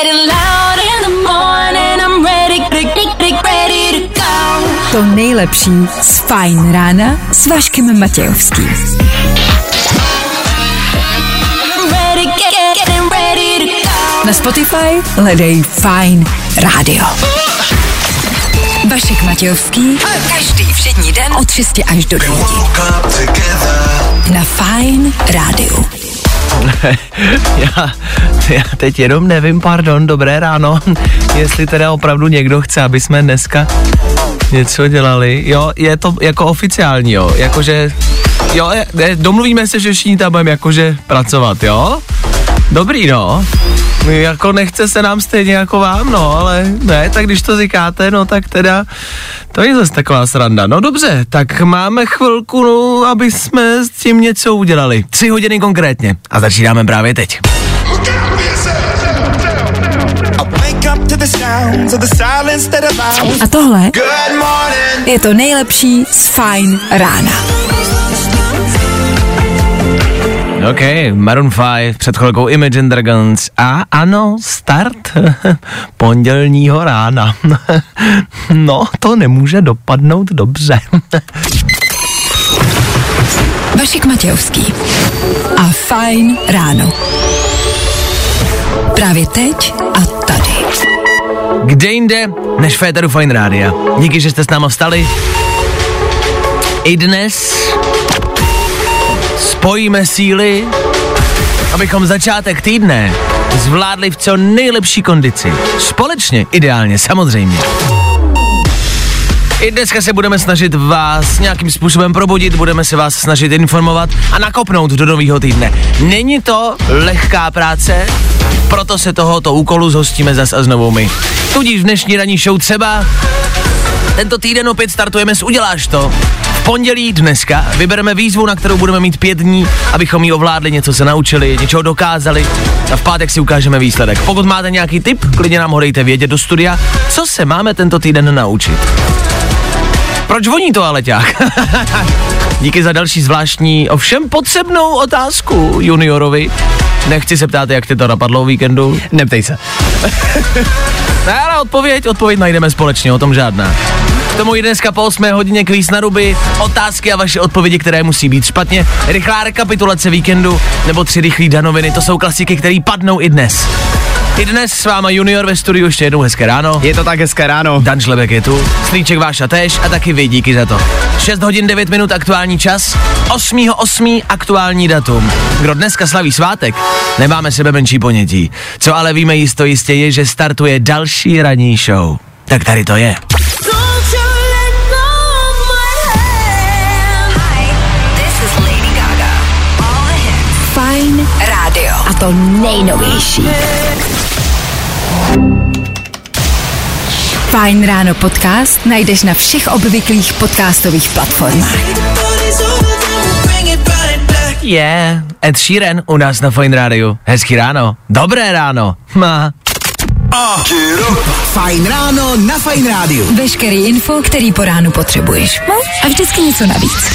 To nejlepší z Fajn rána s Vaškem Matějovským. Na Spotify hledej Fajn rádio. Vašek Matějovský každý všední den od 6 až do 9. Na Fajn rádiu. Já teď jenom nevím, dobré ráno, jestli teda opravdu někdo chce, aby jsme dneska něco dělali, jo, je to jako oficiální, jo, jakože, jo, domluvíme se, že všichni tam budeme jakože pracovat, jo, dobrý, no, jako nechce se nám stejně jako vám, no, ale ne, tak když to říkáte, no, tak teda, to je zase taková sranda, no dobře, tak máme chvilku, no, aby jsme s tím něco udělali, 3 hodiny konkrétně a začínáme právě teď. A tohle je to nejlepší z Fajn rána. OK, Maroon 5, před chvilkou Imagine Dragons a ano, start pondělního rána. No, to nemůže dopadnout dobře. Vašek Matějovský a Fajn ráno. Právě teď a tady. Kde jinde než v éteru Fajn rádia. Díky, že jste s náma vstali. I dnes spojíme síly, abychom začátek týdne zvládli v co nejlepší kondici. Společně, ideálně, samozřejmě. I dneska se budeme snažit vás nějakým způsobem probudit, budeme se vás snažit informovat a nakopnout do nového týdne. Není to lehká práce, proto se tohoto úkolu zhostíme zas a znovu my. Tudíž v dnešní ranní show třeba tento týden opět startujeme s Uděláš to. V pondělí dneska vybereme výzvu, na kterou budeme mít 5 dní, abychom ji ovládli, něco se naučili, něčeho dokázali a v pátek si ukážeme výsledek. Pokud máte nějaký tip, klidně nám ho dejte vědět do studia, co se máme tento týden naučit. Proč voní toaleťák? Díky za další zvláštní, ovšem potřebnou otázku juniorovi. Nechci se ptát, jak ti to napadlo o víkendu. Neptej se. Ne, ale odpověď najdeme společně, o tom žádná. K tomu i dneska po 8 hodině kvíz na ruby, otázky a vaše odpovědi, které musí být špatně, rychlá rekapitulace víkendu nebo 3 rychlý danoviny, to jsou klasiky, které padnou i dnes. I dnes s váma junior ve studiu, ještě jednou hezké ráno. Je to tak, hezké ráno. Dan Šlebek je tu, Strýček Váša též a taky vy, díky za to. 6 hodin 9 minut aktuální čas, 8.8. aktuální datum. Kdo dneska slaví svátek, nemáme sebe menší ponětí. Co ale víme jistě je, že startuje další ranní show. Tak tady to je. Fajn rádio. A to nejnovější. Fajn ráno podcast najdeš na všech obvyklých podcastových platformách. Ed Sheeran u nás na Fajn rádiu. Hezký ráno. Dobré ráno. Fajn ráno na Fajn rádiu. Veškerý info, který po ránu potřebuješ. No? A vždycky něco navíc.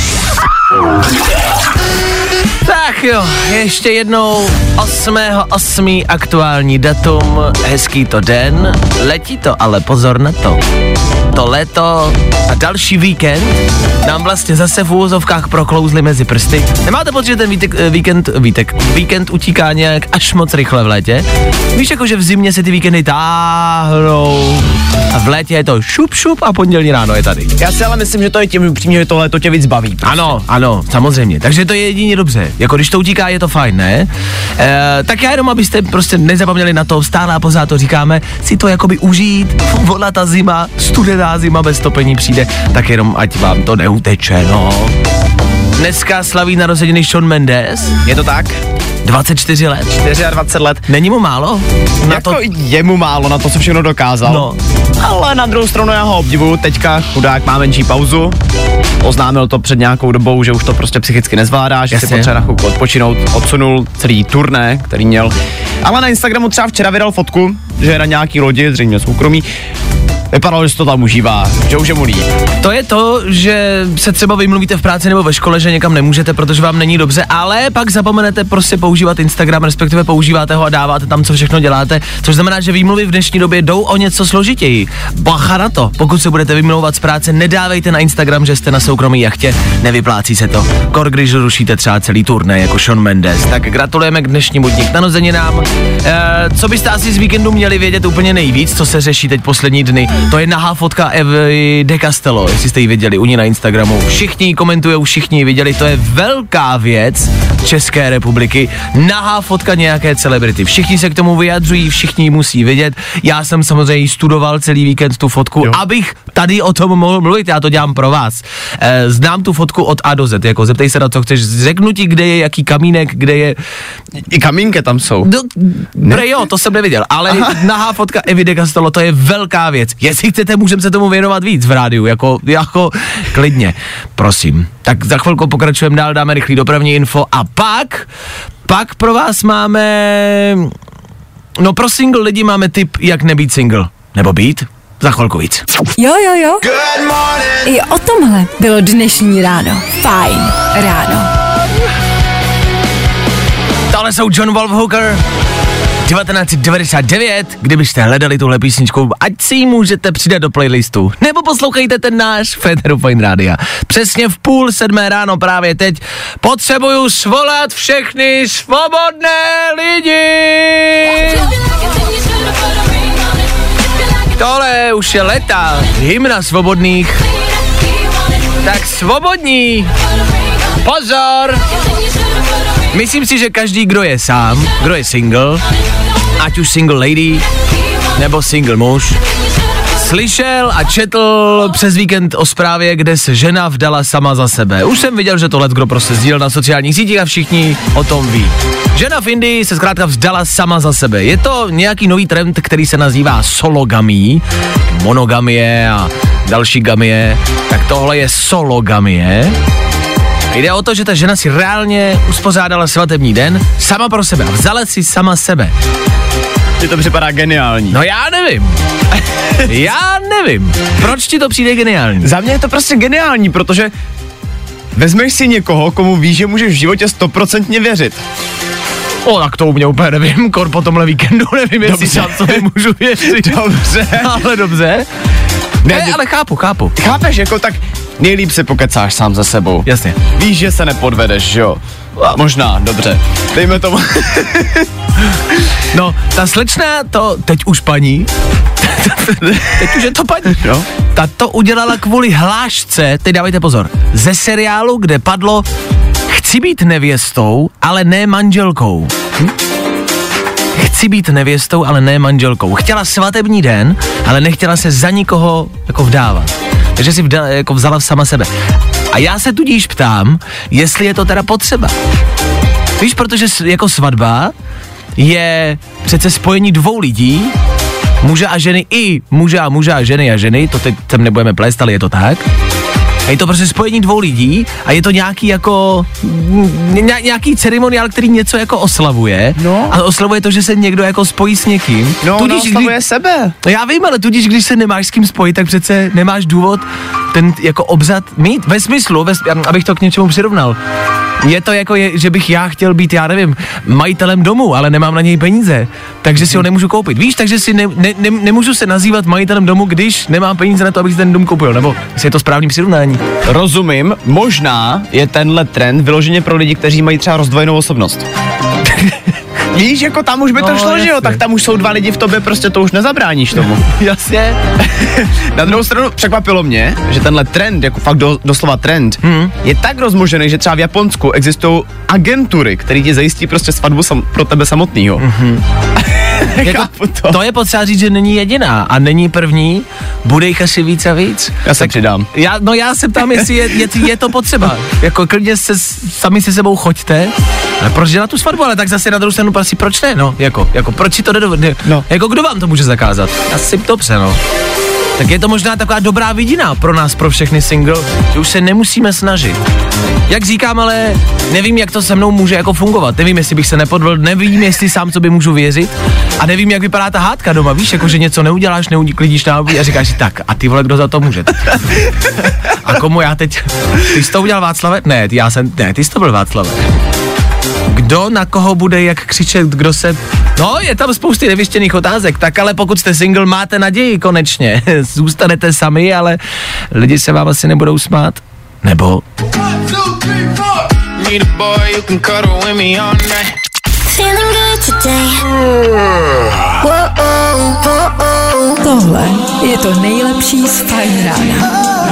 Tak jo, ještě jednou 8.8. aktuální datum, hezký to den, letí to, ale pozor na to. To léto a další víkend nám vlastně zase v úvozovkách proklouzli mezi prsty. Nemáte pocit, že ten víkend utíká nějak až moc rychle v létě? Víš, jako že v zimě se ty víkendy táhnou a v létě je to šup a pondělní ráno je tady. Já si ale myslím, že to je tím upřímně, že to léto tě víc baví. Prostě. Ano, samozřejmě, takže to je jedině dobře, jako když to utíká, je to fajn, ne? Tak já jenom, abyste prostě nezapomněli na to, stále a pořád to říkáme, si to jakoby užít, ona ta zima, studená zima bez topení přijde, tak jenom ať vám to neuteče, no. Dneska slaví narozeniny Shawn Mendes. Je to tak? 24 let. 24 let. Není mu málo? Je mu málo na to, co všechno dokázal. No. Ale na druhou stranu já ho obdivuju. Teďka chudák má menší pauzu. Oznámil to před nějakou dobou, že už to prostě psychicky nezvládá, že si potřebuje na chvilku odpočinout. Odsunul celý turné, který měl. Ale na Instagramu třeba včera vydal fotku, že je na nějaký lodi, zřejmě soukromí. vypadalo, že to tam užívá, že už je mu líp. To je to, že se třeba vymluvíte v práci nebo ve škole, že někam nemůžete, protože vám není dobře, ale pak zapomenete prostě používat Instagram, respektive používáte ho a dáváte tam, co všechno děláte, což znamená, že výmluvy v dnešní době jdou o něco složitěji. Bacha na to, pokud se budete vymlouvat z práce, nedávejte na Instagram, že jste na soukromý jachtě, nevyplácí se to. Kor, když rušíte třeba celý turné jako Shawn Mendes. Tak gratulujeme k dnešnímu dní k narozeninám. Co byste asi z víkendu měli vědět úplně nejvíc, co se řeší teď poslední dny? To je nahá fotka Evy de Castello, jestli jste ji viděli u ní na Instagramu. Všichni ji komentujou, všichni ji viděli, to je velká věc České republiky. Nahá fotka nějaké celebrity. Všichni se k tomu vyjadřují, všichni ji musí vidět. Já jsem samozřejmě studoval celý víkend tu fotku, abych tady o tom mohl mluvit, já to dělám pro vás. Znám tu fotku od A do Z, jako zeptej se na co chceš, řeknu ti, kde je jaký kamínek, kde je... I kamínky tam jsou. Jo, to jsem neviděl, ale nahá fotka Evy de Castello, to je velká věc. Jestli chcete, můžeme se tomu věnovat víc v rádiu, jako klidně, prosím. Tak za chvilku pokračujeme dál, dáme rychlý dopravní info a pak pro vás máme, no pro single lidi máme tip, jak nebýt single, nebo být, za chvilku víc. Jo. I o tomhle bylo dnešní ráno. Fajn ráno. Tohle jsou John Wolf Hooker, 1999, kdybyste hledali tuhle písničku, ať si ji můžete přidat do playlistu, nebo poslouchejte ten náš Féteru Fajn rádia. Přesně v 6:30 ráno právě teď potřebuju svolat všechny svobodné lidi. Tohle už je leta, hymna svobodných. Tak svobodní, pozor! Myslím si, že každý, kdo je sám, kdo je single, ať už single lady, nebo single muž, slyšel a četl přes víkend o zprávě, kde se žena vdala sama za sebe. Už jsem viděl, že to leckdo prostě sdílel na sociálních sítích a všichni o tom ví. Žena v Indii se zkrátka vzdala sama za sebe. Je to nějaký nový trend, který se nazývá sologamie, monogamie a další gamie. Tak tohle je sologamie. Jde o to, že ta žena si reálně uspořádala svatební den sama pro sebe a vzala si sama sebe. Ti to připadá geniální. No já nevím. Proč ti to přijde geniální? Za mě je to prostě geniální, protože vezmeš si někoho, komu víš, že můžeš v životě 100% věřit. Tak to u mě úplně nevím, kor po tomhle víkendu nevím, jestli šancovi můžu věřit. Dobře. Ale dobře. Ne, ale chápu. Chápeš, jako tak nejlíp si pokecáš sám za sebou. Jasně. Víš, že se nepodvedeš, že jo? Možná, dobře. Dejme tomu. No, ta slečna to, teď už paní, teď už je to paní, jo? Ta to udělala kvůli hlášce, teď dávejte pozor, ze seriálu, kde padlo chci být nevěstou, ale ne manželkou. Chci být nevěstou, ale ne manželkou. Chtěla svatební den, ale nechtěla se za nikoho jako vdávat. Takže si vzala sama sebe. A já se tudíž ptám, jestli je to teda potřeba. Víš, protože jako svatba je přece spojení dvou lidí, muže a ženy i muže a ženy, to teď sem nebudeme plést, ale je to tak. A je to prostě spojení dvou lidí a je to nějaký jako, nějaký ceremoniál, který něco jako oslavuje. No. A oslavuje to, že se někdo jako spojí s někým. No, tudíž, oslavuje sebe. No já vím, ale tudíž, když se nemáš s kým spojit, tak přece nemáš důvod ten jako obřad mít. Ve smyslu, abych to k něčemu přirovnal. Je to jako, že bych já chtěl být, já nevím, majitelem domu, ale nemám na něj peníze, takže si ho nemůžu koupit. Víš, takže si nemůžu se nazývat majitelem domu, když nemám peníze na to, abych si ten dům koupil, nebo jestli je to správný přirovnání. Rozumím, možná je tenhle trend vyloženě pro lidi, kteří mají třeba rozdvojenou osobnost. Víš, jako tam už by to šlo, že jo, tak tam už jsou dva lidi v tobě, prostě to už nezabráníš tomu. Jasně. Na druhou stranu překvapilo mě, že tenhle trend, jako fakt doslova trend, je tak rozmožený, že třeba v Japonsku existují agentury, které ti zajistí prostě svatbu pro tebe samotnýho. To je potřeba říct, že není jediná a není první, bude jich asi víc a víc. Já se přidám. Já se ptám, jestli je to potřeba. Jako klidně sami se sebou choďte, ale proč dělat tu svatbu, ale tak zase na druhou stranu asi proč ne, no, jako proč si to jde, no. Jako kdo vám to může zakázat? Asi dobře, no. tak je to možná taková dobrá vidina pro nás, pro všechny single, že už se nemusíme snažit. Jak říkám, ale nevím, jak to se mnou může jako fungovat. Nevím, jestli bych se nepodvedl, nevím, jestli sám sobě můžu věřit a nevím, jak vypadá ta hádka doma, víš, jako že něco neuděláš, neuklidíš na a říkáš si tak, a ty vole, kdo za to může? A komu já teď? Ty jsi to udělal, Václave? Ne, ty jsi to byl, Václave. Kdo na koho bude jak křičet, kdo se... No, je tam spousty nevyštěných otázek, tak ale pokud jste single, máte naději konečně. Zůstanete sami, ale lidi se vám asi nebudou smát. Nebo... Tohle je to nejlepší z Fajn rána.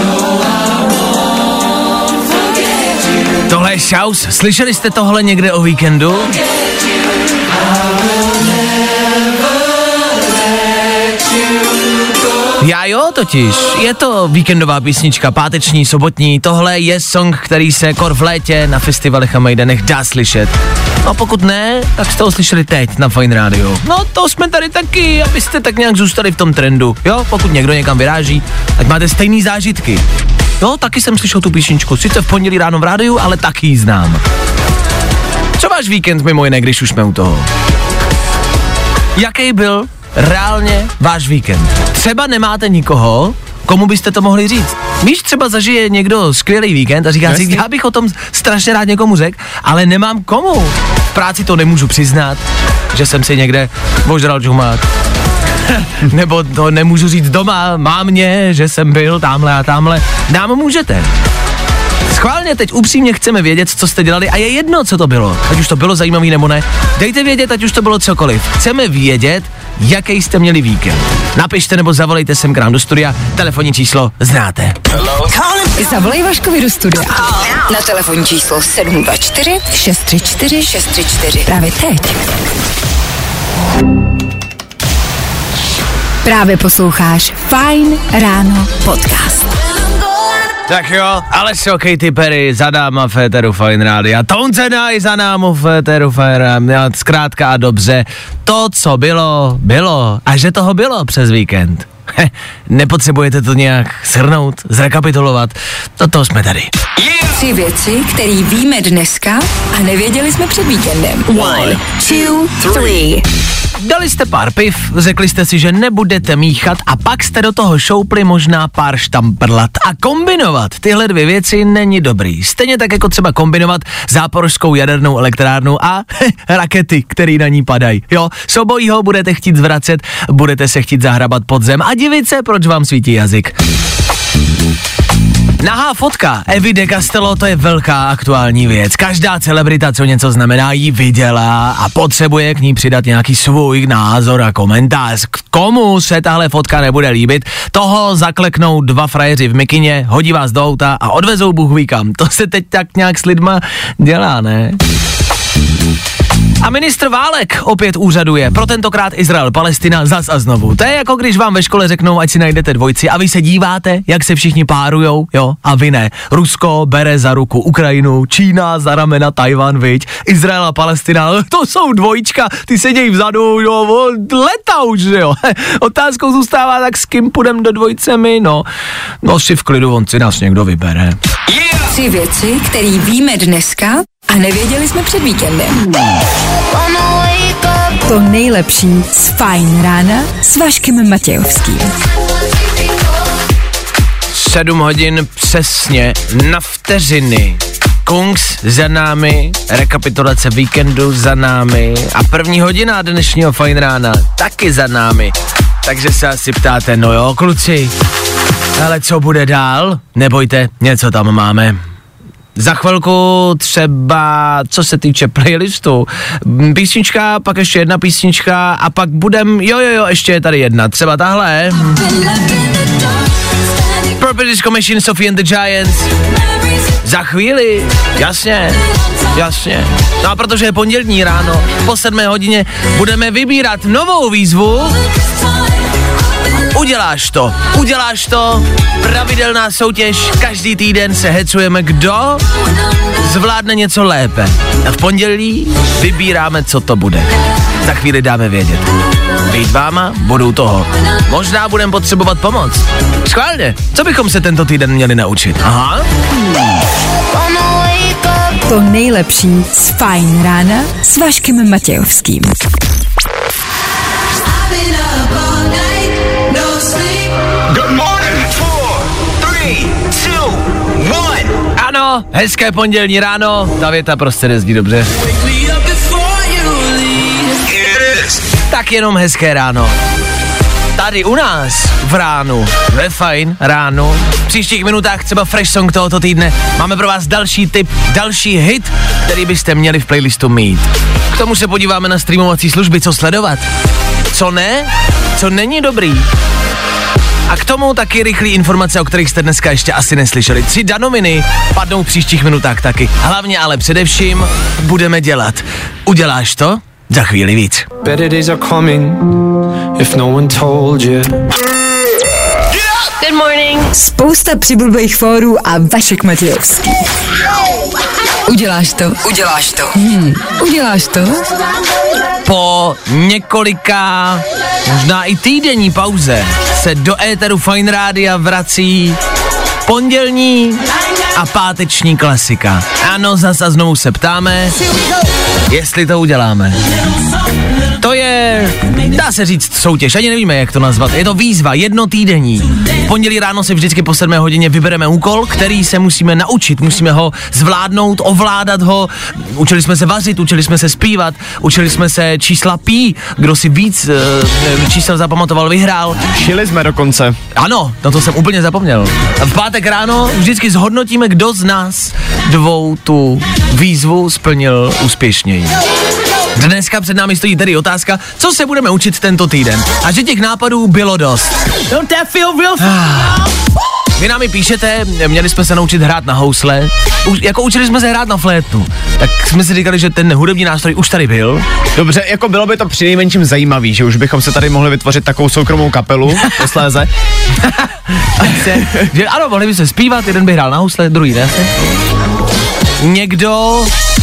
Tohle je šaus. Slyšeli jste tohle někde o víkendu? Já jo, totiž. Je to víkendová písnička, páteční, sobotní. Tohle je song, který se v létě na festivalech a mejdanech dá slyšet. No pokud ne, tak jste ho slyšeli teď na Fajn rádiu. No to jsme tady taky, abyste tak nějak zůstali v tom trendu. Jo, pokud někdo někam vyráží, ať máte stejný zážitky. Jo, taky jsem slyšel tu písničku, sice v pondělí ráno v rádiu, ale taky ji znám. Co váš víkend mimo jiné, když už jsme u toho? Jaký byl reálně váš víkend? Třeba nemáte nikoho, komu byste to mohli říct. Víš, třeba zažije někdo skvělý víkend a říká si, já bych o tom strašně rád někomu řekl, ale nemám komu. V práci to nemůžu přiznat, že jsem si někde ožral džumák. Nebo to nemůžu říct doma, mámě, že jsem byl tamhle a tamhle. Nám můžete. Schválně teď upřímně chceme vědět, co jste dělali a je jedno, co to bylo. Ať už to bylo zajímavý nebo ne. Dejte vědět, ať už to bylo cokoliv. Chceme vědět, jaký jste měli víkend. Napište nebo zavolejte sem k nám do studia. Telefonní číslo znáte. Zavolej Vaškovi do studia. Na telefonní číslo 724 634 634. Právě teď. Právě posloucháš Fajn ráno podcast. Tak jo, Alessio Katy Perry za náma v éteru Fajn rádia. Tonce i za náma v éteru Fajn rádia. Zkrátka a dobře, to, co bylo, bylo. A že toho bylo přes víkend. Nepotřebujete to nějak shrnout, zrekapitulovat. Toto jsme tady. 3 věci, které víme dneska a nevěděli jsme před víkendem. 1, 2, 3. Dali jste pár piv, řekli jste si, že nebudete míchat a pak jste do toho šoupli možná pár štamprlat. A kombinovat tyhle 2 věci není dobrý. Stejně tak jako třeba kombinovat záporožskou jadernou elektrárnu a rakety, které na ní padají. Jo, z obojího budete chtít zvracet, budete se chtít zahrabat pod zem a divit se, proč vám svítí jazyk. Nahá fotka Evy de Castello, to je velká aktuální věc. Každá celebrita, co něco znamená, ji viděla a potřebuje k ní přidat nějaký svůj názor a komentář. Komu se tahle fotka nebude líbit, toho zakleknou 2 frajeři v mikině, hodí vás do auta a odvezou Bůh ví kam. To se teď tak nějak s lidma dělá, ne? A ministr Válek opět úřaduje, pro tentokrát Izrael, Palestina zas a znovu. To je jako když vám ve škole řeknou, ať si najdete dvojci a vy se díváte, jak se všichni párujou, jo, a vy ne. Rusko bere za ruku Ukrajinu, Čína za ramena Tajvan, viď, Izrael a Palestina, to jsou dvojička, ty sedějí vzadu, jo, leta už, jo. Otázkou zůstává, tak s kým půjdem do dvojce my, no si v klidu, on si nás někdo vybere. 3 věci, které víme dneska a nevěděli jsme před víkendem. To nejlepší z Fajn rána s Vaškem Matějovským. 7 hodin přesně na vteřiny. Kungs za námi, rekapitulace víkendu za námi a 1. hodina dnešního Fajn rána taky za námi. Takže se asi ptáte, no jo, kluci, ale co bude dál? Nebojte, něco tam máme. Za chvilku třeba, co se týče playlistu, písnička, pak ještě jedna písnička a pak budem, jo, ještě je tady jedna, třeba tahle. Purple Disco Machine, Sophie and the Giants. Za chvíli, jasně. No a protože je pondělní ráno, po 7 hodině budeme vybírat novou výzvu. Uděláš to, pravidelná soutěž, každý týden se hecujeme, kdo zvládne něco lépe. A v pondělí vybíráme, co to bude. Za chvíli dáme vědět. Být váma, budou toho. Možná budeme potřebovat pomoc. Schválně, co bychom se tento týden měli naučit? Aha. To nejlepší z Fajn rána s Vaškem Matějovským. Good morning. 4, 3, 2, 1. Ano, hezké pondělní ráno, ta věta prostě nezdí dobře. Tak jenom hezké ráno. Tady u nás v ránu, ve Fajn ránu, v příštích minutách třeba fresh song tohoto týdne. Máme pro vás další tip, další hit, který byste měli v playlistu mít. K tomu se podíváme na streamovací služby, co sledovat, co ne, co není dobrý. A k tomu taky rychlý informace, o kterých jste dneska ještě asi neslyšeli. 3 danoviny padnou v příštích minutách taky. Hlavně ale především budeme dělat. Uděláš to? Za chvíli víc. Better days are coming if no one told you. Good morning. Spousta přibulbých fórů a Vašek Matějovský. Uděláš to? Uděláš to? Uděláš to? Po několika, možná i týdenní pauze se do éteru Fajn rádia vrací pondělní a páteční klasika. Ano, zase znovu se ptáme, jestli to uděláme. To je, dá se říct, soutěž, ani nevíme, jak to nazvat. Je to výzva, jednotýdenní. V pondělí ráno si vždycky po 7 hodině vybereme úkol, který se musíme naučit, musíme ho zvládnout, ovládat ho. Učili jsme se vařit, učili jsme se zpívat, učili jsme se čísla pí, kdo si víc čísel zapamatoval, vyhrál. Šili jsme dokonce. Ano, na to jsem úplně zapomněl. A v pátek ráno vždycky zhodnotíme, kdo z nás dvou tu výzvu splnil úspěšněji. Dneska před námi stojí tedy otázka, co se budeme učit tento týden. A že těch nápadů bylo dost. Don't that feel real? Vy nám píšete, měli jsme se naučit hrát na housle, učili jsme se hrát na flétnu. Tak jsme si říkali, že ten hudební nástroj už tady byl. Dobře, jako bylo by to přinejmenším zajímavý, že už bychom se tady mohli vytvořit takovou soukromou kapelu posléze. Že ano, mohli by se zpívat, jeden by hrál na housle, druhý ne. Někdo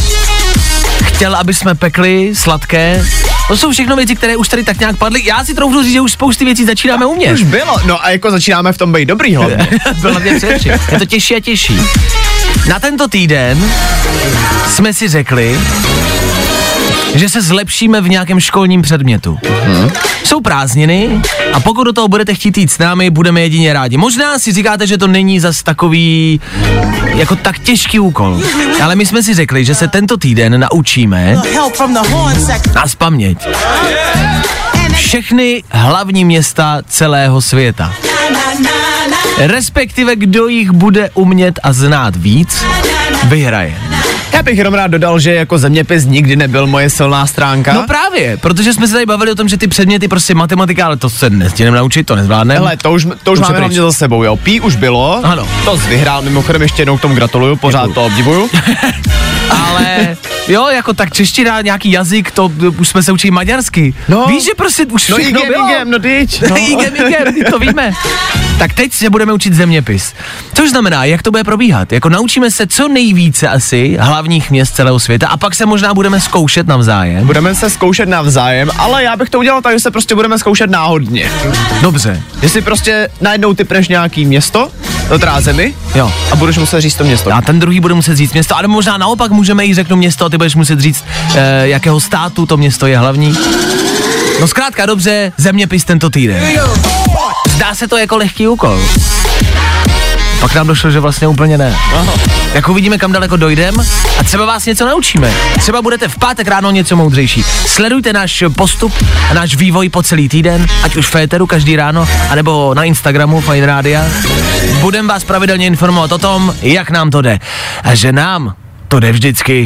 chtěl, aby jsme pekli sladké. To jsou všechno věci, které už tady tak nějak padly. Já si troufnu říct, že už spousty věcí začínáme umět. Už bylo, no a jako začínáme v tom být dobrý hlavně. Je to těžší a těžší. Na tento týden jsme si řekli, že se zlepšíme v nějakém školním předmětu. Jsou prázdniny a pokud do toho budete chtít jít s námi, budeme jedině rádi. Možná si říkáte, že to není zas takový jako tak těžký úkol, ale my jsme si řekli, že se tento týden naučíme nazpaměť všechny hlavní města celého světa. Respektive kdo jich bude umět a znát víc, vyhraje. Já bych jenom rád dodal, že jako zeměpis nikdy nebyl moje silná stránka. No právě, protože jsme se tady bavili o tom, že ty předměty, prostě matematika, ale to se nestihneme naučit, to nezvládneme. Hele, to už máme hlavně za sebou, jo. Pí už bylo, ano. To vyhrál, mimochodem ještě jednou k tomu gratuluju, pořád to obdivuju. Ale jo, jako tak čeština, nějaký jazyk, to už jsme se učili maďarsky. No. Víš, že prostě už všechno bylo. igem, no dyť. No. igem, to víme. Tak teď se budeme učit zeměpis. Což znamená, jak to bude probíhat. Jako naučíme se co nejvíce asi hlavních měst celého světa a pak se možná budeme zkoušet navzájem. Budeme se zkoušet navzájem, ale já bych to udělal tak, že se prostě budeme zkoušet náhodně. Dobře. Jestli prostě najednou typneš nějaký město, to teda zemi, jo, a budeš muset říct to město. A ten druhý bude muset říct město, ale možná naopak můžeme jí řeknu město a ty budeš muset říct, jakého státu to město je hlavní. No zkrátka dobře, zeměpis tento týden. Zdá se to jako lehký úkol. Pak nám došlo, že vlastně úplně ne. Aha. Jak uvidíme, kam daleko dojdem a třeba vás něco naučíme. Třeba budete v pátek ráno něco moudřejší. Sledujte náš postup a náš vývoj po celý týden, ať už v éteru každý ráno, anebo na Instagramu Fajn rádia. Budem vás pravidelně informovat o tom, jak nám to jde. A že nám to jde vždycky.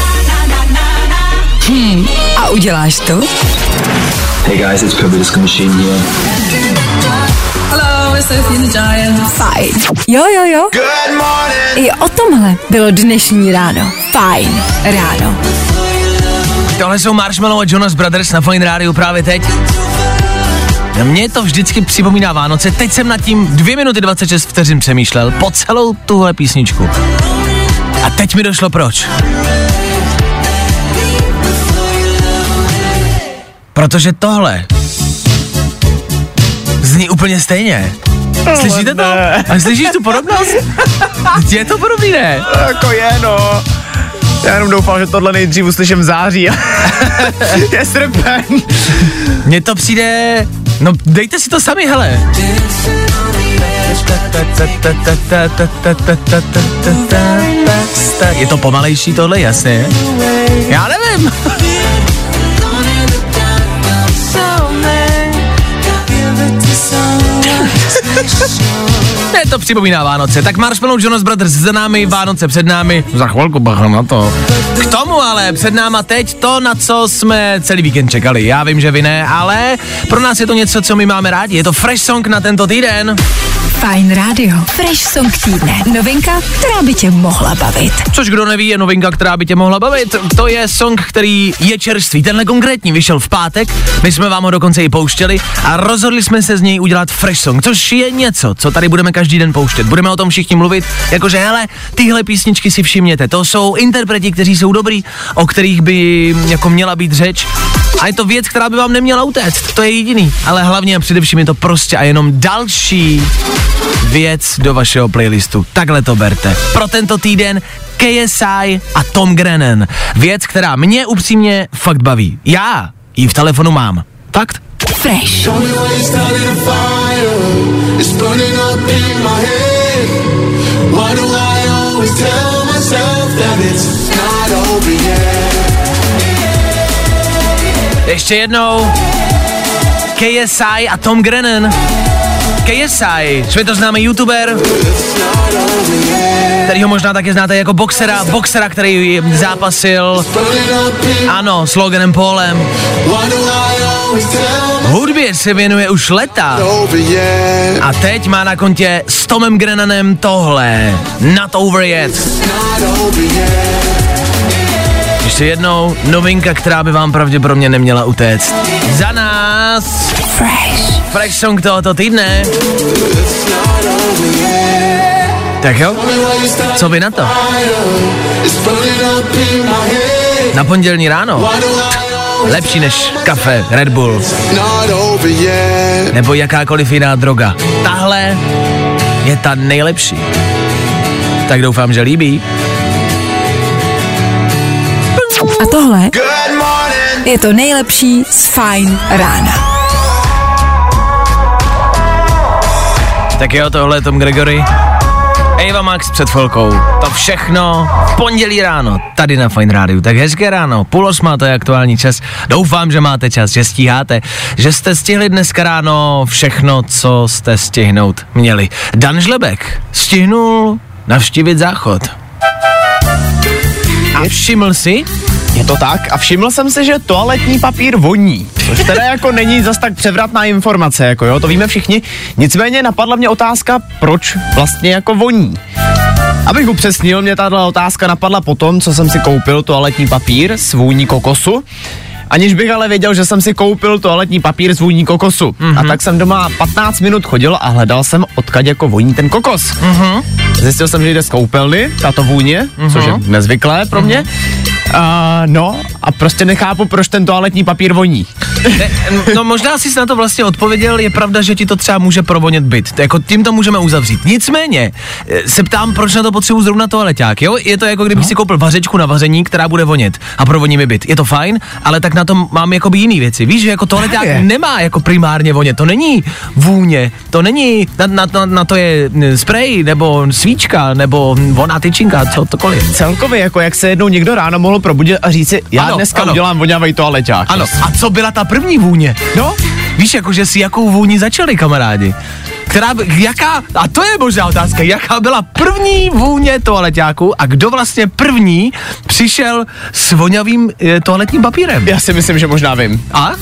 A uděláš to? Hey guys, it's Kirby Disco Machine here. Hello, it's Sophie the Giant. Fajn. Jo. Good morning. I o tomhle bylo dnešní ráno. Fajn ráno. Tohle jsou Marshmallow a Jonas Brothers na Fajn rádiu právě teď. Mně to vždycky připomíná Vánoce, teď jsem nad tím 2 minuty 26 vteřin přemýšlel po celou tuhle písničku. A teď mi došlo proč. Protože tohle zní úplně stejně. Slyšíte to? A slyšíš tu podobnost? Je to podobný, ne? Jako je, no. Já jenom doufám, že tohle nejdřív uslyším v září. Je srpen. Mně to přijde... No, dejte si to sami, hele. Je to pomalejší tohle, jasně. Já nevím. Ne, to připomíná Vánoce. Tak Marshmallow Jonas Brothers za námi, Vánoce před námi. Za chvilku bacha na to. K tomu ale před náma teď to, na co jsme celý víkend čekali. Já vím, že vy ne, ale pro nás je to něco, co my máme rádi. Je to Fresh Song na tento týden. Fajn rádio. Fresh Song týdne. Novinka, která by tě mohla bavit. Což kdo neví, je novinka, která by tě mohla bavit. To je song, který je čerstvý. Tenhle konkrétní vyšel v pátek. My jsme vám ho dokonce i pouštěli a rozhodli jsme se z něj udělat Fresh Song, což je něco, co tady budeme každý den pouštět. Budeme o tom všichni mluvit, jakože hele, tyhle písničky si všimněte. To jsou interpreti, kteří jsou dobrý, o kterých by jako měla být řeč. A je to věc, která by vám neměla utéct. To je jediný. Ale hlavně a především je to prostě a jenom další věc do vašeho playlistu. Takhle to berte. Pro tento týden KSI a Tom Grennan. Věc, která mě upřímně fakt baví. Já ji v telefonu mám. Fakt? Fresh. Ještě jednou. KSI a Tom Grennan. KSI, světoznámý youtuber, kterýho možná taky znáte jako boxera, který zápasil, ano, s Loganem Paulem. Hudbě se věnuje už leta a teď má na kontě s Tomem Grennanem tohle, Not Over Yet. Ještě jednou, novinka, která by vám pravděpodobně neměla utéct. Za nás Fresh Song tohoto týdne. Tak jo, co vy na to? Na pondělní ráno? Lepší než kafe, Red Bull nebo jakákoliv jiná droga. Tahle je ta nejlepší. Tak doufám, že líbí. A tohle je to nejlepší z Fajn rána. Tak jo, tohle je Tom Gregory. Eva Max před chvilkou. To všechno v pondělí ráno, tady na Fajn rádiu. Tak hezké ráno, 7:30, to je aktuální čas. Doufám, že máte čas, že stíháte, že jste stihli dneska ráno všechno, co jste stihnout měli. Dan Žlebek stihnul navštívit záchod. A všiml si? Je to tak a všiml jsem si, že toaletní papír voní. Což teda jako není zas tak převratná informace, jako jo, to víme všichni. Nicméně napadla mě otázka, proč vlastně jako voní. Abych upřesnil, mě tato otázka napadla potom, co jsem si koupil toaletní papír s vůní kokosu. Aniž bych ale věděl, že jsem si koupil toaletní papír z vůní kokosu. A tak jsem doma 15 minut chodil a hledal jsem, odkud jako voní ten kokos. Zjistil jsem, že jde z koupelny, tato vůně, což je nezvyklé pro mě. No a prostě nechápu, proč ten toaletní papír voní. No možná jsi na to vlastně odpověděl, je pravda, že ti to třeba může provonět byt. Jako tím to můžeme uzavřít. Nicméně se ptám, proč na to potřebuji zrovna toaleťák, jo? Je to jako kdybych si koupil vařečku na vaření, která bude vonět a provoní mi byt. Je to fajn, ale tak na tom mám jakoby jiný věci. Víš, že jako toaleťák nemá jako primárně vonět, to není vůně, to není, na to je sprej, nebo svíčka, nebo voná tyčinka, cokoliv. Celkově, jako jak se jednou někdo ráno mohl probudit a říct si, já dneska udělám voňavej toaleťák. Ano, a co byla ta první vůně? No, víš, jakože si jakou vůni začali, kamarádi? A to je možná otázka, jaká byla první vůně toaleťáku a kdo vlastně první přišel s voňavým toaletním papírem? Já si myslím, že možná vím. A?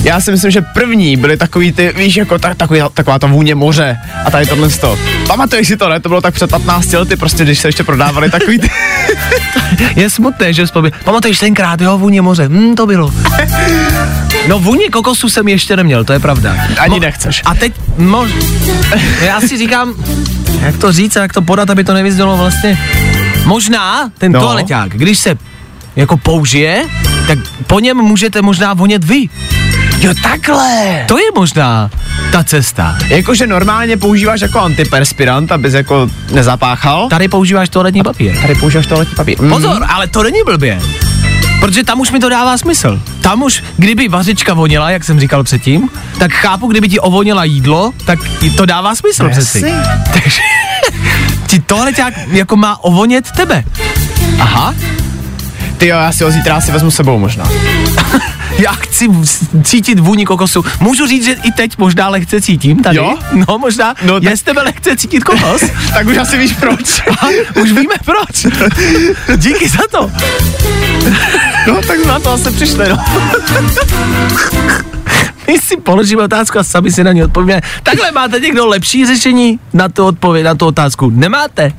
Já si myslím, že první byly takový ty, víš, jako taková ta vůně moře a tady tohle sto. Pamatuješ si to, ne? To bylo tak před 15 lety, prostě, když se ještě prodávali takový ty... Je smutné, že pamatuješ tenkrát, jo, vůně moře, to bylo. No vůni kokosu jsem ještě neměl, to je pravda. Ani nechceš. A teď, já si říkám, jak to říct a jak to podat, aby to nevyznělo vlastně. Možná ten toaleťák, když se jako použije, tak po něm můžete možná vonět vy. Jo, takhle. To je možná ta cesta. Jakože normálně používáš jako antiperspirant, abys jako nezapáchal. Tady používáš toaletní papír. Pozor, ale to není blbě. Protože tam už mi to dává smysl. Tam už, kdyby vařička voněla, jak jsem říkal předtím, tak chápu, kdyby ti ovonila jídlo, tak to dává smysl přeci. Takže ti toaleťák jako má ovonět tebe. Aha. Tyjo, já si ho zítra asi vezmu s sebou možná. Já chci cítit vůni kokosu. Můžu říct, že i teď možná lehce cítím tady? Jo? No možná, no, je z tebe lehce cítit kokos. Tak už asi víš proč. Aha, už víme proč. Díky za to. No tak na to asi přišli, no. My si položíme otázku a sami si na ní odpovíme. Takhle máte někdo lepší řešení na tu odpověď, na tu otázku? Nemáte?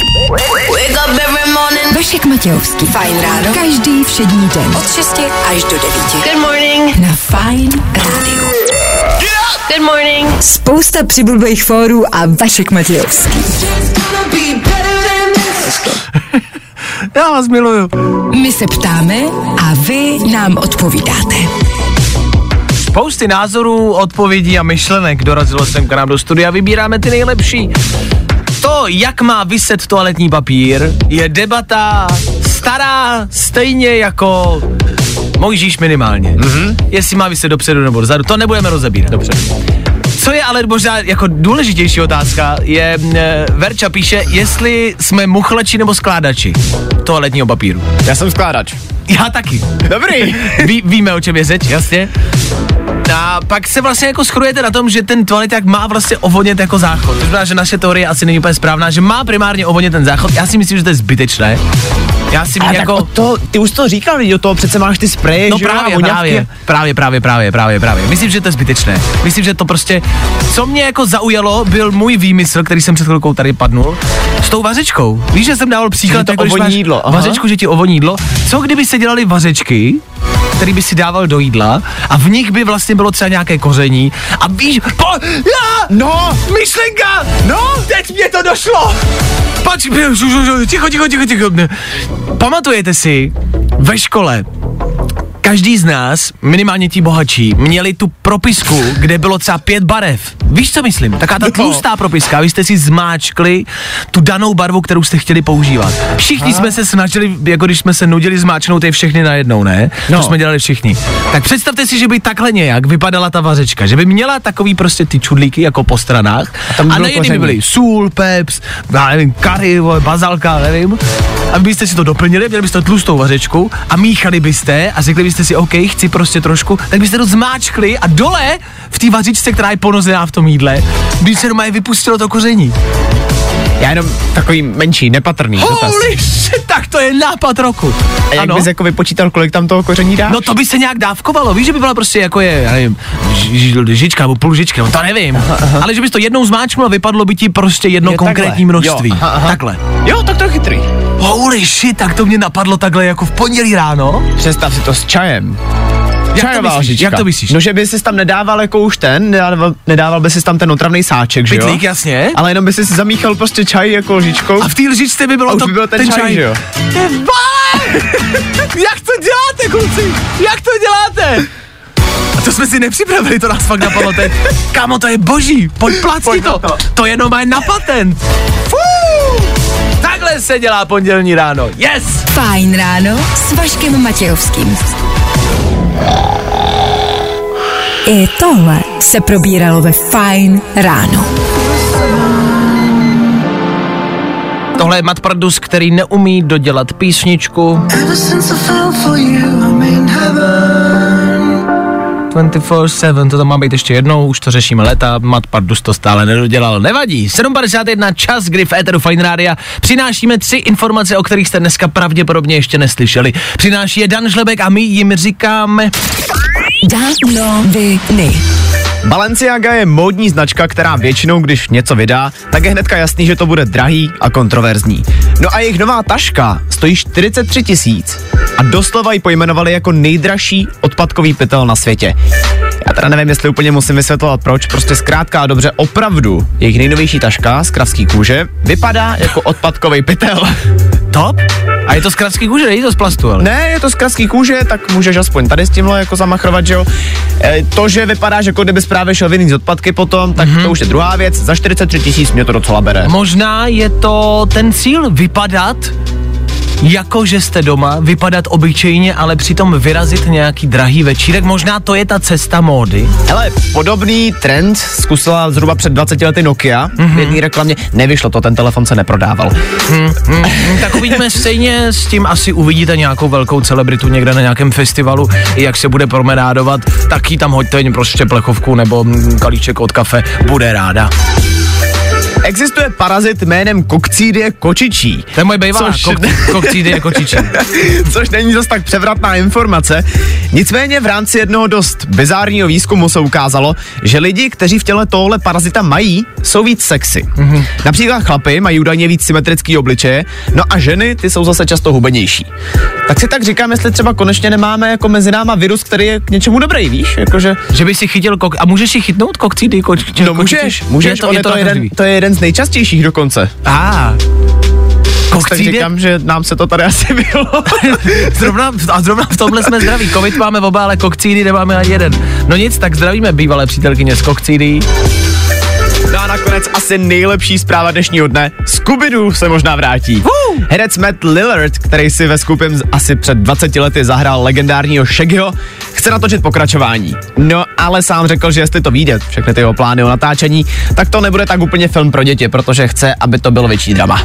Vašek Matějovský. Fajn ráno. Každý všední den. Od 6 až do 9. Good morning. Na Fajn rádiu. Good morning. Spousta přibulbých fórů a Vašek Matějovský. Já vás miluju. My se ptáme a vy nám odpovídáte. Spousty názorů, odpovědí a myšlenek dorazilo sem k nám do studia. Vybíráme ty nejlepší. To, jak má viset toaletní papír, je debata stará stejně jako Mojžíš minimálně. Jestli má viset dopředu nebo dozadu, to nebudeme rozebírat. Dobře. Co je ale možná jako důležitější otázka, je, Verča píše, jestli jsme muchlači nebo skládači toaletního papíru. Já jsem skládač. Já taky. Dobrý. Víme, o čem je řeč, jasně. A pak se vlastně jako shodujete na tom, že ten toaleťák má vlastně ovonět jako záchod. To znamená, že naše teorie asi není úplně správná, že má primárně ovonět ten záchod. Já si myslím, že to je zbytečné. Já si myslím, jako... to, ty už to říkal, do toho přece máš ty spreje, no že právě. Myslím, že to je zbytečné. Myslím, že to prostě, co mě jako zaujalo, byl můj výmysl, který jsem před chvilkou tady padnul, s tou vařečkou. Víš, že jsem dával příklad, jako když máš vařečku, že ti ovoní jídlo. Co kdyby se dělali vařečky, který by si dával do jídla a v nich by vlastně bylo třeba nějaké koření a víš, myšlenka, teď mě to došlo. Ticho. Pamatujete si, ve škole každý z nás, minimálně ti bohatší, měli tu propisku, kde bylo třeba 5 barev. Víš, co myslím? Taká ta tlustá propiska, vy jste si zmáčkli tu danou barvu, kterou jste chtěli používat. Všichni jsme se snažili, jako když jsme se nudili, zmáčknout je všechny najednou, ne? To jsme dělali všichni. Tak představte si, že by takhle nějak vypadala ta vařečka, že by měla takový prostě ty čudlíky jako po stranách a na jedný by byly sůl, peps, já nevím, curry, bazalka, nevím. A byste si to doplnili, měli byste tlustou vařečku a míchali byste a řekli byste si, OK, chci prostě trošku, tak byste to zmáčkli a dole v té vařičce, která je ponozená v tom jídle, by se doma vypustilo to koření. Já jenom takový menší, nepatrný dotaz. Holy shit, tak to je nápad roku. A jak bys jako vypočítal, kolik tam toho koření dáš? No to by se nějak dávkovalo, víš, že by byla prostě jako je, já nevím, žička nebo půl žičky, no to nevím. Ale že bys to jednou zmáčknul a vypadlo by ti prostě jedno konkrétní množství. Takhle. Jo, tak to je chytrý. Holy shit, tak to mě napadlo takhle jako v pondělí ráno. Představ si to s čajem. Jak to myslíš? No, že by si tam nedával jako už nedával by si tam ten otravný sáček, že jo? Pytlík, jasně. Ale jenom by si zamíchal prostě čaj jako lžičkou. A v té lžičce by bylo to, by byl ten čaj, že jo? Jak to děláte, kluci? Jak to děláte? A to jsme si nepřipravili, to nás fakt napadlo teď. Kámo, to je boží, pojď to. To jenom má na patent. Takhle se dělá pondělní ráno. Yes! Fajn ráno s Vaškem Matějovským. I tohle se probíralo ve Fajn ráno. Tohle je Matt Pardus, který neumí dodělat písničku. 24/7, to tam má být ještě jednou, už to řešíme léta, Matt Pardus to stále nedodělal, nevadí. 7:51, čas, kdy v éteru Fajn rádia přinášíme 3 informace, o kterých jste dneska pravděpodobně ještě neslyšeli. Přináší je Dan Žlebek a my jim říkáme... Danoviny. Balenciaga je módní značka, která většinou, když něco vydá, tak je hnedka jasný, že to bude drahý a kontroverzní. No a jejich nová taška stojí 43 000 a doslova ji pojmenovali jako nejdražší odpadkový pytel na světě. Já teda nevím, jestli úplně musím vysvětlovat proč, prostě zkrátka a dobře opravdu jejich nejnovější taška z kravský kůže vypadá jako odpadkový pytel. Top? A je to z kravský kůže, není to z plastu, ale? Ne, je to z kravský kůže, tak můžeš aspoň tady s tímhle jako zamachrovat, že jo. To, že vypadáš jako kdyby právě šel vinný z odpadky potom, tak to už je druhá věc. Za 43 000 mě to docela bere. Možná je to ten cíl vypadat jako že jste doma, vypadat obyčejně, ale přitom vyrazit nějaký drahý večírek. Možná to je ta cesta módy. Hele, podobný trend zkusila zhruba před 20 lety Nokia. V jedné reklamě nevyšlo to, ten telefon se neprodával. Tak uvidíme, stejně s tím asi uvidíte nějakou velkou celebritu někde na nějakém festivalu, jak se bude promenádovat, tak jí tam hoďte prostě plechovku nebo kalíček od kafe, bude ráda. Existuje parazit jménem Kokcidie kočičí. To je moje bejvalá, Kokcidie kočičí. Což není zas tak převratná informace. Nicméně v rámci jednoho dost bizárního výzkumu se ukázalo, že lidi, kteří v těle tohle parazita mají, jsou víc sexy. Například chlapy mají údajně víc symetrický obličeje, no a ženy, ty jsou zase často hubenější. Tak si tak říkám, jestli třeba konečně nemáme jako mezi náma virus, který je k něčemu dobrý, víš? Jakože... Že by si chytil a můžeš si chytnout Kokcidii kočičí? No můžeš, to je jeden z nejčastějších dokonce. Tak říkám, že nám se to tady asi bylo. zrovna v tomhle jsme zdraví. Covid máme oba, ale kokcídy nemáme ani jeden. No nic, tak zdravíme bývalé přítelkyně z kokcídy. No a nakonec asi nejlepší zpráva dnešního dne. Scooby-Doo se možná vrátí. Herec Matt Lillard, který si ve Scoopem asi před 20 lety zahrál legendárního Shaggyho, chce natočit pokračování. No ale sám řekl, že jestli to vyjde, všechny ty jeho plány o natáčení, tak to nebude tak úplně film pro děti, protože chce, aby to bylo větší drama.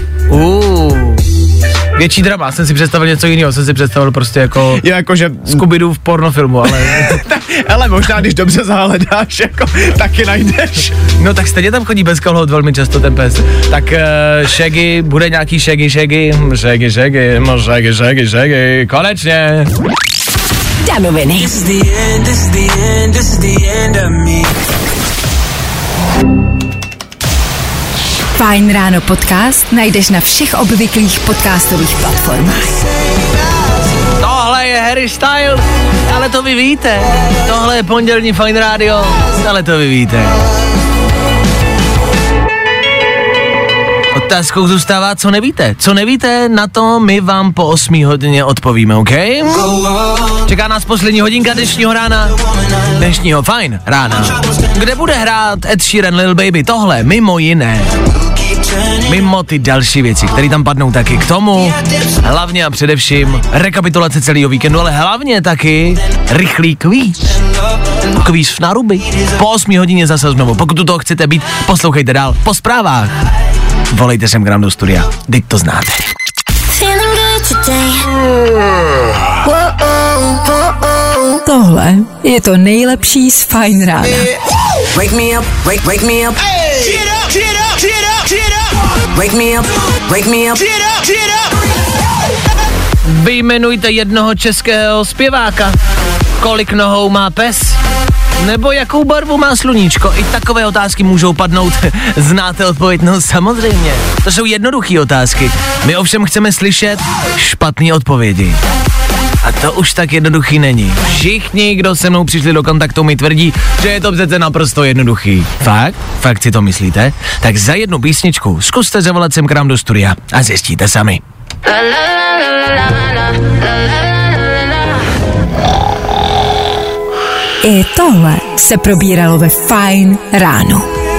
Větší drama, jsem si představil něco jiného, jsem si představil prostě jako že Scooby-Doo v pornofilmu, ale... Ale možná, když dobře zahledáš, jako taky najdeš. No tak stejně tam chodí bez kalhot velmi často ten pes. Tak Shaggy, bude nějaký Shaggy, konečně. Danoviny. Fajn ráno podcast najdeš na všech obvyklých podcastových platformách. Tohle je Harry Styles, ale to vy víte. Tohle je pondělní Fajn rádio, ale to vy víte. Otázkou zůstává, co nevíte. Co nevíte, na to my vám po 8 hodině odpovíme, OK? Čeká nás poslední hodinka dnešního rána, dnešního Fajn rána, kde bude hrát Ed Sheeran, Lil Baby. Tohle mimo jiné, mimo ty další věci, které tam padnou taky k tomu, hlavně a především rekapitulace celého víkendu, ale hlavně taky rychlý kvíz. Kvíz na ruby. Po 8 hodině zase znovu. Pokud u toho chcete být, poslouchejte dál po zprávách. Volejte sem k nám do studia, teď to znáte. Tohle je to nejlepší z Fajn rána. Wake me up, wake me up. Get up, get up, get up, get up. Wake me up, wake me up. Get up, get up. Vyjmenujte jednoho českého zpěváka. Kolik nohou má pes? Nebo jakou barvu má sluníčko? I takové otázky můžou padnout. Znáte odpověď? No samozřejmě. To jsou jednoduché otázky. My ovšem chceme slyšet špatné odpovědi. A to už tak jednoduchý není. Všichni, kdo se mnou přišli do kontaktu, mi tvrdí, že je to přece naprosto jednoduchý. Fakt? Fakt si to myslíte? Tak za jednu písničku zkuste zavolat sem k nám do studia a zjistíte sami. I tohle se probíralo ve Fajn ráno.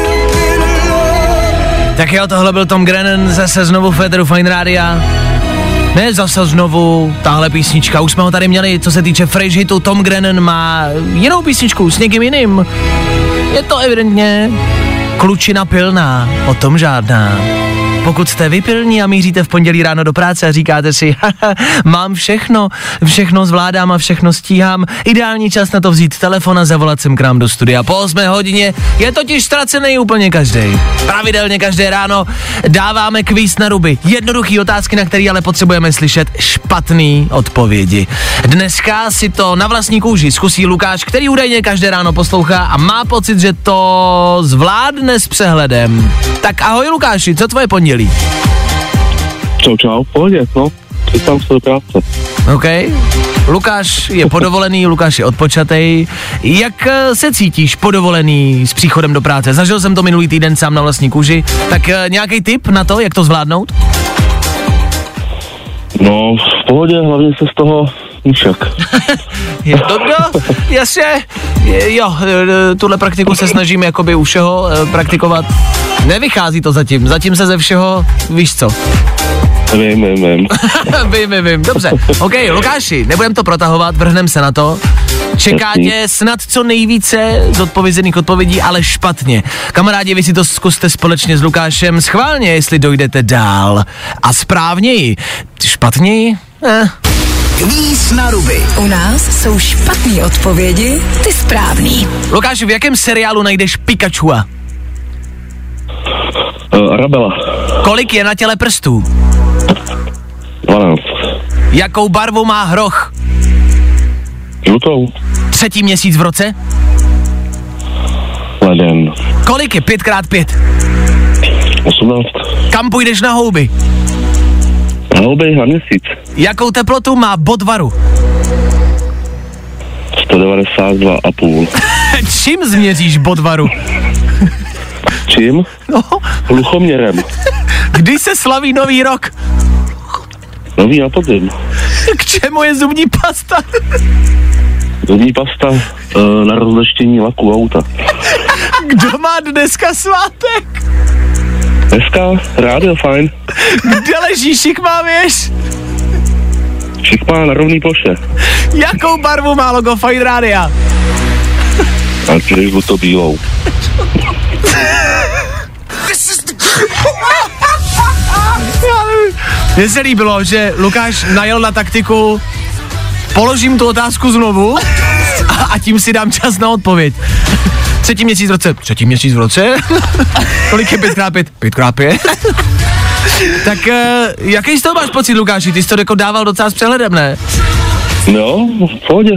Tak jo, tohle byl Tom Grennan, zase znovu v éteru Fajn rádia. Ne zase znovu, tahle písnička, už jsme ho tady měli, co se týče fresh hitu, Tom Grennan má jinou písničku s někým jiným. Je to evidentně klučina pilná, o tom žádná. Pokud jste vypilní a míříte v pondělí ráno do práce a říkáte si, mám všechno zvládám a všechno stíhám, ideální čas na to vzít telefon a zavolat sem k nám do studia. Po 8 hodině je totiž ztracený úplně každý. Pravidelně každé ráno dáváme kvíz na ruby. Jednoduchý otázky, na které ale potřebujeme slyšet špatný odpovědi. Dneska si to na vlastní kůži zkusí Lukáš, který údajně každé ráno poslouchá a má pocit, že to zvládne s přehledem. Tak ahoj Lukáši, co tvoje pondělí? Čau, pohodě, no, chystám se do práce. OK. Lukáš je podovolený, Lukáš je odpočatej. Jak se cítíš podovolený s příchodem do práce? Zažil jsem to minulý týden sám na vlastní kůži. Tak nějaký tip na to, jak to zvládnout? No, v pohodě, hlavně se z toho níšak. Jasně, jo, tuhle praktiku se snažím jakoby u všeho praktikovat. Nevychází to zatím se ze všeho, víš co? Vím. Dobře. OK, Lukáši, nebudem to protahovat, vrhnem se na to. Čeká tě snad co nejvíce zodpovězených odpovědí, ale špatně. Kamarádi, vy si to zkuste společně s Lukášem schválně, jestli dojdete dál. A správněji. Špatněji? Kvíz na ruby. U nás jsou špatný odpovědi, ty správný. Lukáši, v jakém seriálu najdeš Pikachua? Arabela. Kolik je na těle prstů? 12. Jakou barvu má hroch? Žlutou. 3. měsíc v roce? Leden. Kolik je 5x5? 18. Kam půjdeš na houby? Na houby na měsíc. Jakou teplotu má bod varu? 192,5. Čím změříš bod varu? Čím? No. Hluchoměrem. Kdy se slaví nový rok? Nový na podzim. K čemu je zubní pasta? Zubní pasta na rozleštění laku auta. Kdo má dneska svátek? Dneska rádio fajn. Kde leží šikmávěš? Šikmá na rovný ploše. Jakou barvu má logo Fajn rádia? A čili žluto-bílou. Mně se líbilo, že Lukáš najel na taktiku, položím tu otázku znovu a tím si dám čas na odpověď. 3. měsíc v roce. 3. měsíc v roce? Kolik je 5x5? 5x5? Tak jaký z toho máš pocit, Lukáši? Ty jsi to jako dával docela s přehledem, ne? No, v pohodě.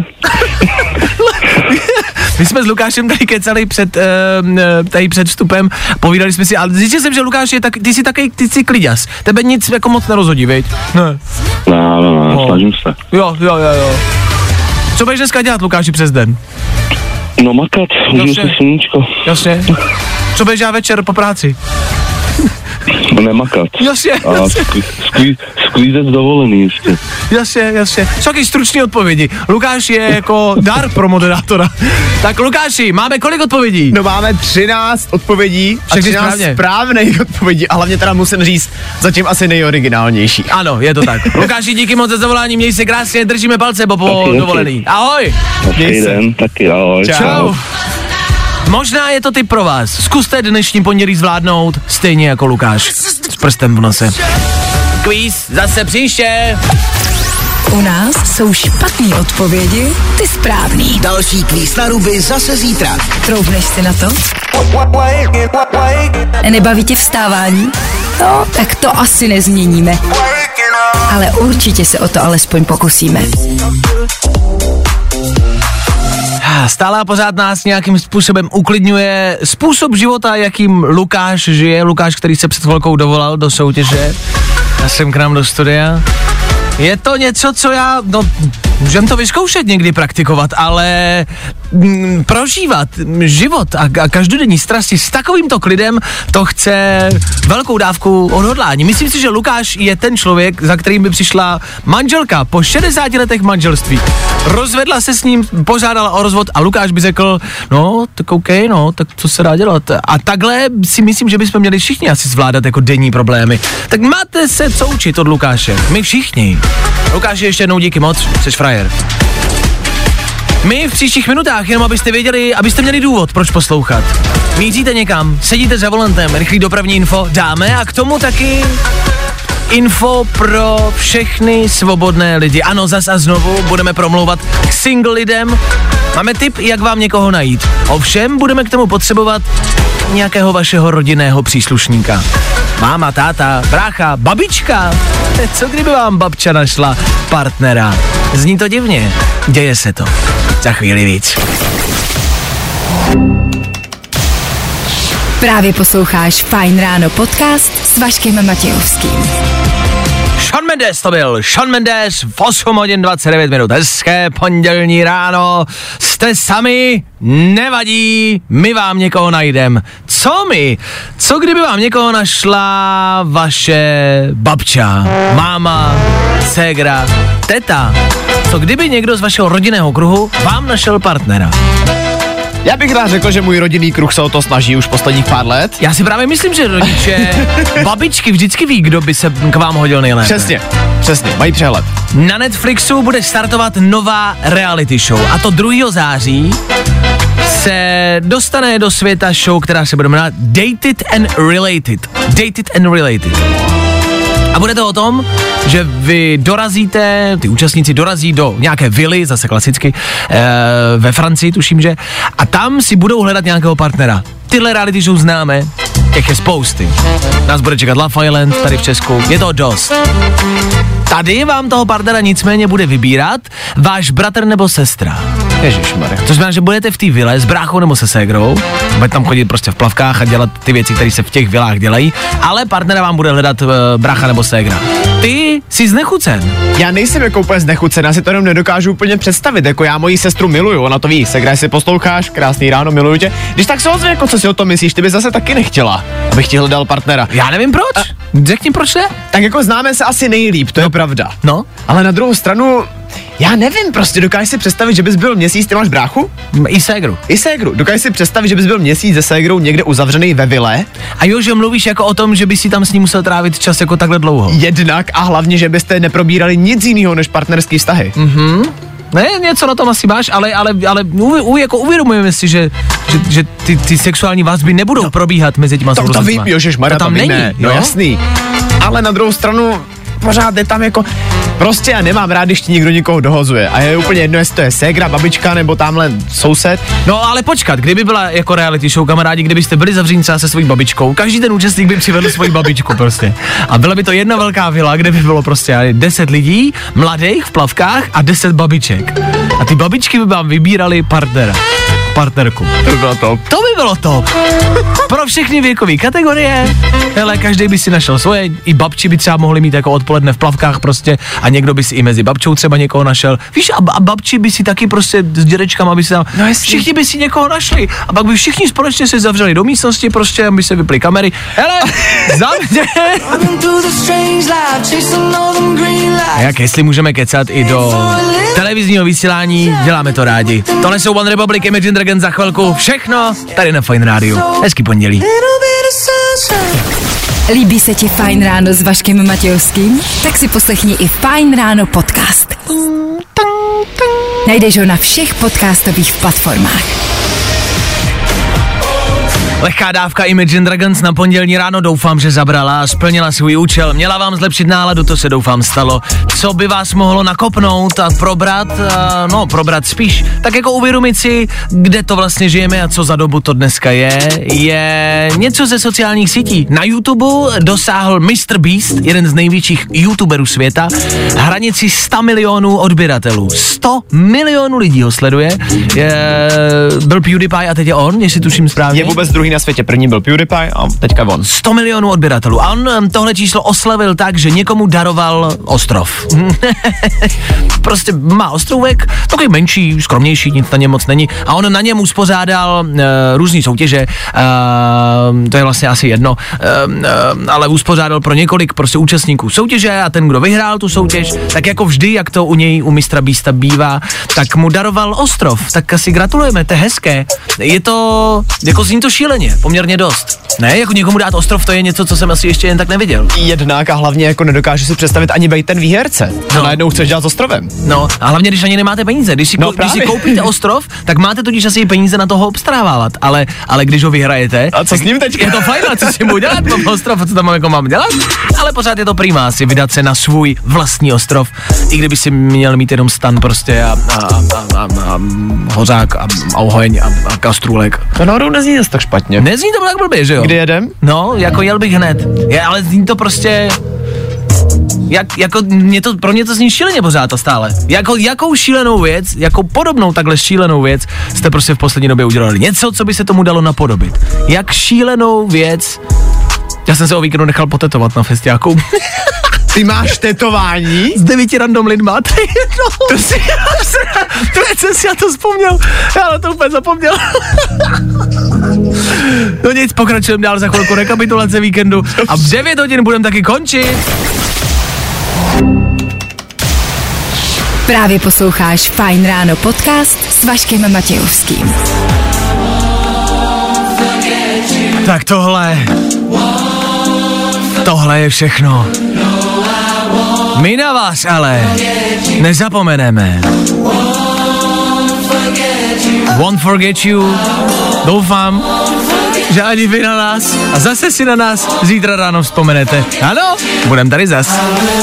My jsme s Lukášem tady kecali před vstupem, povídali jsme si, ale zjistil jsem, že Lukáš je ty jsi kliďas. Tebe nic jako moc nerozhodí, viď? Ne. No, snažím se. Jo. Co budeš dneska dělat, Lukáši, přes den? No makat, užiju si sluníčko. Jasně. Co budeš dělat večer po práci? No nemakat. Jasně. A sklízet dovolený ještě. Jasně. Jsou taky stručný odpovědi. Lukáš je jako dar pro moderátora. Tak Lukáši, máme kolik odpovědí? No máme 13 odpovědí a 13 správných odpovědí a hlavně teda musím říct, zatím asi nejoriginálnější. Ano, je to tak. Lukáši, díky moc za zavolání, měj se krásně, držíme palce, po dovolený. Ahoj. Hezký den, taky ahoj. Čau. Možná je to tip pro vás. Zkuste dnešní pondělí zvládnout stejně jako Lukáš. S prstem v nose. Kvíz zase příště. U nás jsou špatný odpovědi, ty správný. Další kvíz na ruby zase zítra. Troufneš si na to? Nebaví tě vstávání? No, tak to asi nezměníme. Ale určitě se o to alespoň pokusíme. Stále a pořád nás nějakým způsobem uklidňuje způsob života, jakým Lukáš žije. Lukáš, který se před chvilkou dovolal do soutěže. Já jsem k nám do studia. Je to něco, co můžem to vyzkoušet někdy praktikovat, ale prožívat život a každodenní strasti s takovýmto klidem, to chce velkou dávku odhodlání. Myslím si, že Lukáš je ten člověk, za kterým by přišla manželka po 60 letech manželství. Rozvedla se s ním, požádala o rozvod a Lukáš by řekl, no, tak OK, no, tak co se dá dělat. A takhle si myslím, že bychom měli všichni asi zvládat jako denní problémy. Tak máte se co učit od Lukáše. My všichni. Lukáši, ještě jednou díky moc, jsi frajer. My v příštích minutách, jenom abyste věděli, abyste měli důvod, proč poslouchat. míříte někam, sedíte za volantem, rychlý dopravní info dáme a k tomu taky info pro všechny svobodné lidi. Ano, zas a znovu budeme promlouvat k single lidem. Máme tip, jak vám někoho najít. Ovšem budeme k tomu potřebovat nějakého vašeho rodinného příslušníka. Máma, táta, brácha, babička. Co kdyby vám babča našla partnera? Zní to divně. Děje se to. Za chvíli víc. Právě posloucháš Fajn ráno podcast s Vaškem Matějovským. Shawn Mendes to byl, Shawn Mendes v 8 hodin 29 minut. Hezké pondělní ráno, jste sami, nevadí, my vám někoho najdem. Co my? Co kdyby vám někoho našla vaše babča, máma, ségra, teta? Co kdyby někdo z vašeho rodinného kruhu vám našel partnera? Já bych rád řekl, že můj rodinný kruh se o to snaží už posledních pár let. Já si právě myslím, že rodiče, babičky vždycky ví, kdo by se k vám hodil nejlépe. Přesně, mají přehled. Na Netflixu bude startovat nová reality show a to 2. září se dostane do světa show, která se bude jmenovat Dated and Related. A bude to o tom, že vy dorazíte, ty účastníci dorazí do nějaké vily, zase klasicky, ve Francii tuším, že, a tam si budou hledat nějakého partnera. Tyhle reality show známe, těch je spousty. Nás bude čekat Love Island tady v Česku, je to dost. Tady vám toho partnera nicméně bude vybírat váš bratr nebo sestra. Ježišmarja. To znamená, že budete v té vile s bráchou nebo se ségrou, budete tam chodit prostě v plavkách a dělat ty věci, které se v těch vilách dělají, ale partnera vám bude hledat brácha nebo ségra. Ty jsi znechucen. Já nejsem jako úplně znechucen, já si to jenom nedokážu úplně představit, jako já moji sestru miluju, ona to ví, ségra, jestli posloucháš, krásný ráno, miluju tě. Když tak se ozve, jako co si o tom myslíš, ty bys zase taky nechtěla, abych ti hledal partnera. Já nevím proč, řekni proč ne? Tak jako známe se asi nejlíp, to je pravda. No. Ale na druhou stranu, já nevím, prostě dokážeš si představit, že bys byl měsíc, ty máš bráchu? I ségru. Dokážeš si představit, že bys byl měsíc se ségrou někde uzavřený ve vile? A jo, že mluvíš jako o tom, že bys si tam s ním musel trávit čas jako takhle dlouho. Jednak a hlavně, že byste neprobírali nic jiného než partnerský vztahy. Ne, něco na tom asi máš, ale jako uvědomujeme si, že ty sexuální vazby nebudou probíhat mezi těma sourozencima. To vím, ježišmarja, to tam není, no jasný. Ale na druhou stranu, pořád je tam jako, prostě já nemám rád, když ti někdo někoho dohozuje a je úplně jedno, jestli to je ségra, babička nebo tamhle soused. No ale počkat, kdyby byla jako reality show, kamarádi, kdybyste byli zavření třeba se svojí babičkou, každý ten účastník by přivedl svoji babičku prostě. A byla by to jedna velká vila, kde by bylo prostě 10 lidí, mladých v plavkách a 10 babiček. A ty babičky by vám vybírali partnerku. To by bylo top. To by bylo top. Pro všechny věkové kategorie. Hele, každý by si našel svoje, i babči by třeba mohli mít jako odpoledne v plavkách prostě a někdo by si i mezi babčou třeba někoho našel. Víš, a babči by si taky prostě s dědečkama by si tam, všichni by si někoho našli a pak by všichni společně se zavřeli do místnosti prostě, aby se vyply kamery. Hele, zavře. A jak jestli můžeme kecat i do televizního vysílání, děláme to rádi. Tohle jsou One Republic, Imagine Dragons za chvilku, všechno tady na Fajn rádiu. Hezký pondělí. Líbí se ti Fajn ráno s Vaškem Matějovským? Tak si poslechni i Fajn ráno podcast. Najdeš ho na všech podcastových platformách. Lehká dávka Imagine Dragons na pondělní ráno, doufám, že zabrala a splnila svůj účel. Měla vám zlepšit náladu, to se doufám stalo. Co by vás mohlo nakopnout a probrat spíš, tak jako uvědomit si, kde to vlastně žijeme a co za dobu to dneska je něco ze sociálních sítí. Na YouTube dosáhl Mr. Beast, jeden z největších youtuberů světa, hranici 100 milionů odběratelů. 100 milionů lidí ho sleduje. Byl PewDiePie a teď je on, jestli tuším správně. Je vůbec druhý na světě, první byl PewDiePie a teďka on. 100 milionů odběratelů a on tohle číslo oslavil tak, že někomu daroval ostrov. Prostě má ostrovek, takový menší, skromnější, nic na něm moc není a on na něm uspořádal různý soutěže, to je vlastně asi jedno, ale uspořádal pro několik prostě účastníků soutěže a ten, kdo vyhrál tu soutěž, tak jako vždy, jak to u něj, u mistra Beasta bývá, tak mu daroval ostrov, tak asi gratulujeme, to je hezké. Je to, jako zní to šíleně, šíleně, poměrně dost. Ne, jako někomu dát ostrov, to je něco, co jsem asi ještě jen tak neviděl. Jednak a hlavně jako nedokážu si představit ani bejt ten výherce. No. Najednou chceš dělat s ostrovem. No a hlavně, když ani nemáte peníze. Když si koupíte ostrov, tak máte totiž asi peníze na toho obstarávávat, ale když ho vyhrajete. A co s ním teď? Je to fajn, co si mu dělat, mám ostrov, co tam jako mám dělat? Ale pořád je to prima si vydat se na svůj vlastní ostrov, i kdyby si měl mít jenom stan prostě a hořák a oheň a kastrůlek. To náhodou nezní zase tak špatně. Nezní to tak blbě, že jo? Kdy jedem? No, jako jel bych hned. Ale zní to prostě... Pro mě to zní šíleně pořád a stále. Jakou šílenou věc, jakou podobnou takhle šílenou věc jste prostě v poslední době udělali? Něco, co by se tomu dalo napodobit. Jak šílenou věc... Já jsem se o víkendu nechal potetovat na festiáku. Ty máš tetování? S 9 random lidma, to je jedno. To jsem si na to vzpomněl. Já na to úplně zapomněl. No nic, pokračujeme dál, za chvilku rekapitulace víkendu a v 9 hodin budeme taky končit. Právě posloucháš Fajn ráno podcast s Vaškem Matějovským. Tak tohle je všechno. My na vás ale nezapomeneme. Won't forget you. Doufám, že ani vy na nás a zase si na nás zítra ráno vzpomenete. Ano, budem tady zas.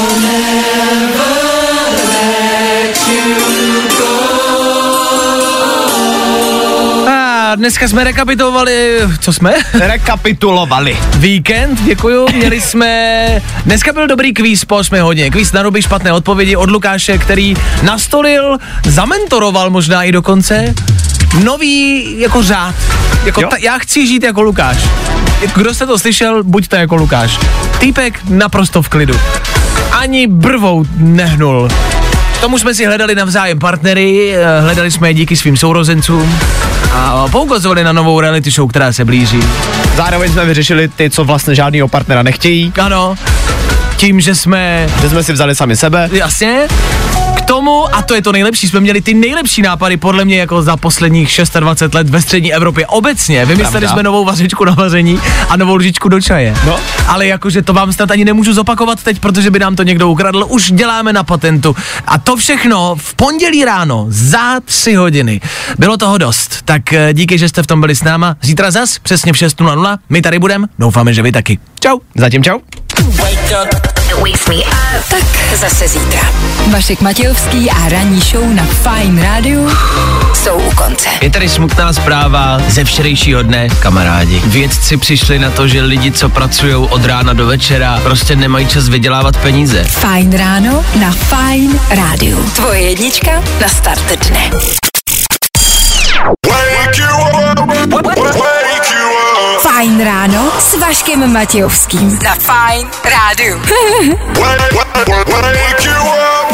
Dneska jsme rekapitulovali, co jsme? Rekapitulovali. Víkend, děkuju, dneska byl dobrý kvíz po 8 hodině, kvíz na ruby špatné odpovědi od Lukáše, který nastolil, zamentoroval možná i dokonce, nový jako řád, já chci žít jako Lukáš. Kdo jste to slyšel, buďte jako Lukáš. Týpek naprosto v klidu, ani brvou nehnul. K tomu jsme si hledali navzájem partnery, hledali jsme je díky svým sourozencům a poukazovali na novou reality show, která se blíží. Zároveň jsme vyřešili ty, co vlastně žádnýho partnera nechtějí. Ano, tím, že jsme si vzali sami sebe. Jasně. K tomu, a to je to nejlepší, jsme měli ty nejlepší nápady, podle mě jako za posledních 26 let ve střední Evropě obecně. Vymysleli jsme novou vařičku na vaření a novou lžičku do čaje. No. Ale jakože to vám snad ani nemůžu zopakovat teď, protože by nám to někdo ukradl, už děláme na patentu. A to všechno v pondělí ráno za 3 hodiny. Bylo toho dost, tak díky, že jste v tom byli s náma. Zítra zas, přesně v 6:00, my tady budeme, doufáme, že vy taky. Čau. Zatím čau. Tak zase zítra. Vašek Matějovský a ranní show na Fajn rádiu jsou u konce. Je tady smutná zpráva ze včerejšího dne, kamarádi. Vědci přišli na to, že lidi, co pracujou od rána do večera, prostě nemají čas vydělávat peníze. Fajn ráno na Fajn rádiu. Tvoje jednička na start dne. Fajn ráno s Vaškem Matějovským. Na Fajn rádiu.